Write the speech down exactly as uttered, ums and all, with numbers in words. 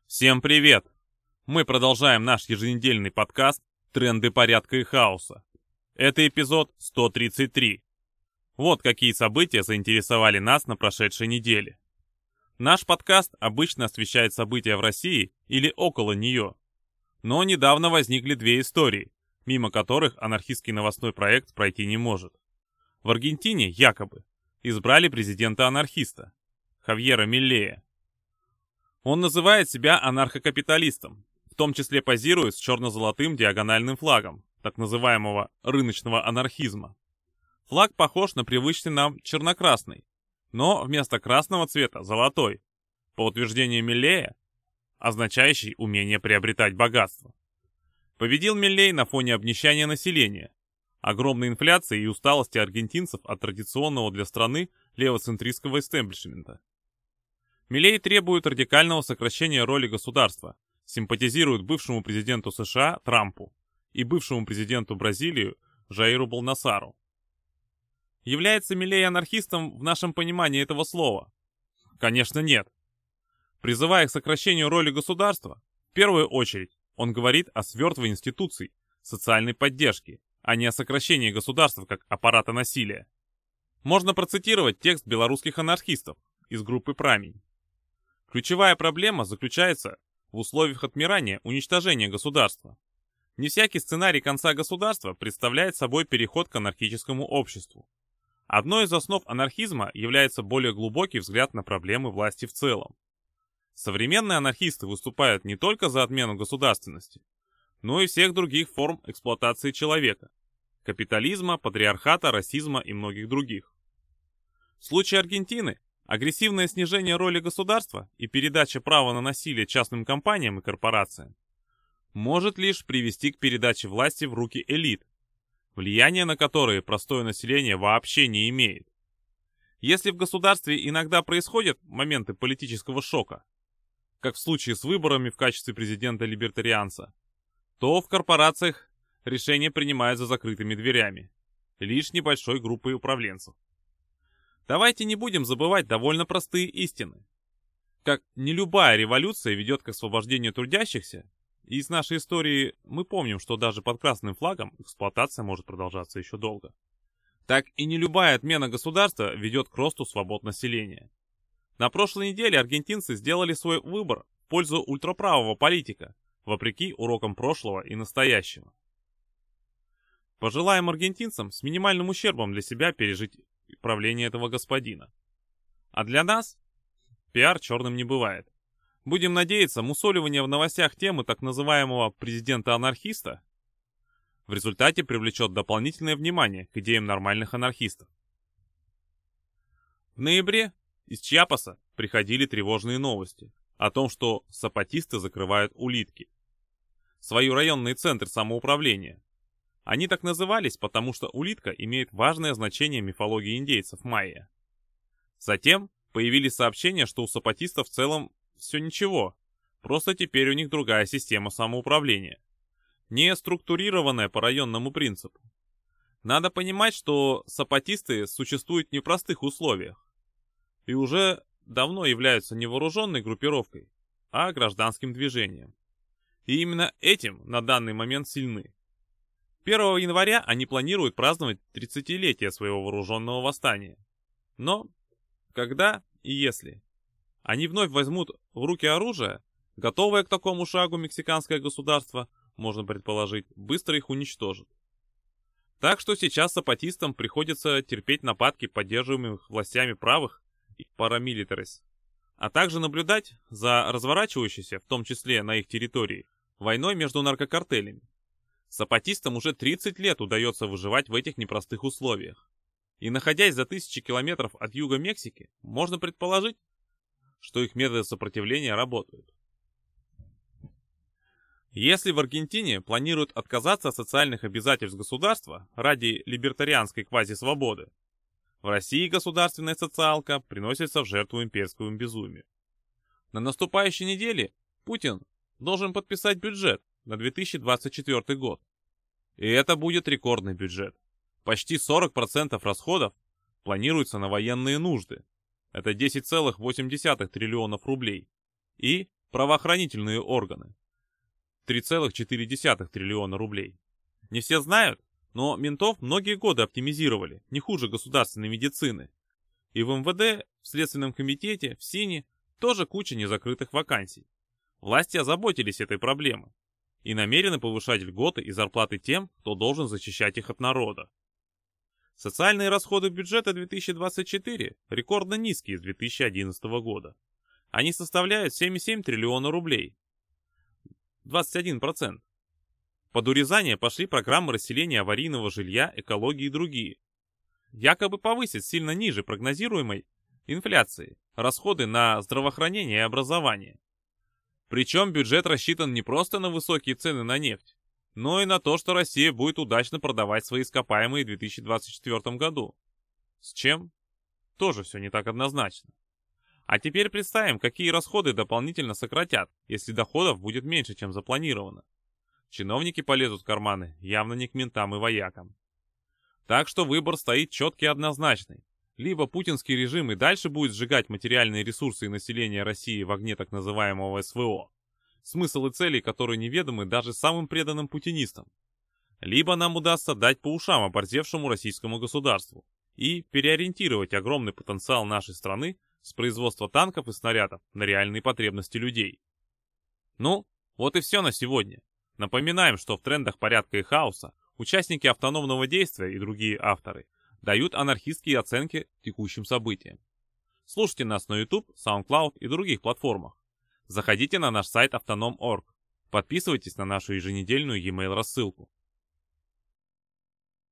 Всем привет! Мы продолжаем наш еженедельный подкаст «Тренды порядка и хаоса». Это эпизод сто тридцать три. Вот какие события заинтересовали нас на прошедшей неделе. Наш подкаст обычно освещает события в России или около нее. Но недавно возникли две истории, мимо которых анархистский новостной проект пройти не может. В Аргентине, якобы, избрали президента-анархиста, Хавьера Милея. Он называет себя анархокапиталистом, в том числе позирует с черно-золотым диагональным флагом, так называемого рыночного анархизма. Флаг похож на привычный нам черно-красный, но вместо красного цвета золотой, по утверждению Милея, означающий умение приобретать богатство. Победил Милей на фоне обнищания населения, огромной инфляции и усталости аргентинцев от традиционного для страны левоцентристского истеблишмента. Милей требует радикального сокращения роли государства, симпатизирует бывшему президенту США Трампу и бывшему президенту Бразилии Жаиру Болнасару. Является Милей анархистом в нашем понимании этого слова? Конечно, нет. Призывая к сокращению роли государства, в первую очередь он говорит о свертывании институций социальной поддержки, а не о сокращении государства как аппарата насилия. Можно процитировать текст белорусских анархистов из группы «Прамень». Ключевая проблема заключается в условиях отмирания уничтожения государства. Не всякий сценарий конца государства представляет собой переход к анархическому обществу. Одной из основ анархизма является более глубокий взгляд на проблемы власти в целом. Современные анархисты выступают не только за отмену государственности, но и всех других форм эксплуатации человека, капитализма, патриархата, расизма и многих других. В случае Аргентины агрессивное снижение роли государства и передача права на насилие частным компаниям и корпорациям может лишь привести к передаче власти в руки элит, влияние на которые простое население вообще не имеет. Если в государстве иногда происходят моменты политического шока, как в случае с выборами в качестве президента-либертарианца, то в корпорациях решения принимают за закрытыми дверями, лишь небольшой группой управленцев. Давайте не будем забывать довольно простые истины. Как не любая революция ведет к освобождению трудящихся, и из нашей истории мы помним, что даже под красным флагом эксплуатация может продолжаться еще долго, так и не любая отмена государства ведет к росту свобод населения. На прошлой неделе аргентинцы сделали свой выбор в пользу ультраправого политика, вопреки урокам прошлого и настоящего. Пожелаем аргентинцам с минимальным ущербом для себя пережить правление этого господина. А для нас пиар черным не бывает. Будем надеяться, мусоливание в новостях темы так называемого президента-анархиста в результате привлечет дополнительное внимание к идеям нормальных анархистов. В ноябре из Чьяпаса приходили тревожные новости о том, что сапатисты закрывают улитки, свои районные центры самоуправления. Они так назывались, потому что улитка имеет важное значение в мифологии индейцев майя. Затем появились сообщения, что у сапатистов в целом все ничего, просто теперь у них другая система самоуправления, не структурированная по районному принципу. Надо понимать, что сапатисты существуют в непростых условиях и уже давно являются не вооруженной группировкой, а гражданским движением. И именно этим на данный момент сильны. первого января они планируют праздновать тридцатилетие своего вооруженного восстания. Но когда и если они вновь возьмут в руки оружие, готовое к такому шагу мексиканское государство, можно предположить, быстро их уничтожит. Так что сейчас сапатистам приходится терпеть нападки поддерживаемых властями правых и парамилитарис, а также наблюдать за разворачивающейся, в том числе на их территории, войной между наркокартелями. Сапатистам уже тридцать лет удается выживать в этих непростых условиях. И находясь за тысячи километров от юга Мексики, можно предположить, что их методы сопротивления работают. Если в Аргентине планируют отказаться от социальных обязательств государства ради либертарианской квазисвободы, в России государственная социалка приносится в жертву имперскому безумию. На наступающей неделе Путин должен подписать бюджет на две тысячи двадцать четвёртый год. И это будет рекордный бюджет. Почти сорок процентов расходов планируется на военные нужды. Это десять целых восемь десятых триллионов рублей. И правоохранительные органы. три целых четыре десятых триллиона рублей. Не все знают, но ментов многие годы оптимизировали, не хуже государственной медицины. И в эм вэ дэ, в Следственном комитете, в СИНе тоже куча незакрытых вакансий. Власти озаботились этой проблемой и намерены повышать льготы и зарплаты тем, кто должен защищать их от народа. Социальные расходы бюджета две тысячи двадцать четыре рекордно низкие с две тысячи одиннадцатого года. Они составляют семь целых семь десятых триллиона рублей. двадцать один процент. Под урезание пошли программы расселения аварийного жилья, экологии и другие. Якобы повысить сильно ниже прогнозируемой инфляции расходы на здравоохранение и образование. Причем бюджет рассчитан не просто на высокие цены на нефть, но и на то, что Россия будет удачно продавать свои ископаемые в две тысячи двадцать четвёртом году. С чем? Тоже все не так однозначно. А теперь представим, какие расходы дополнительно сократят, если доходов будет меньше, чем запланировано. Чиновники полезут в карманы, явно не к ментам и воякам. Так что выбор стоит четкий и однозначный. Либо путинский режим и дальше будет сжигать материальные ресурсы и население России в огне так называемого эс вэ о, смысл и цели которые неведомы даже самым преданным путинистам. Либо нам удастся дать по ушам оборзевшему российскому государству и переориентировать огромный потенциал нашей страны с производства танков и снарядов на реальные потребности людей. Ну, вот и все на сегодня. Напоминаем, что в трендах порядка и хаоса участники автономного действия и другие авторы дают анархистские оценки текущим событиям. Слушайте нас на YouTube, SoundCloud и других платформах. Заходите на наш сайт автоном точка орг. Подписывайтесь на нашу еженедельную e-mail рассылку.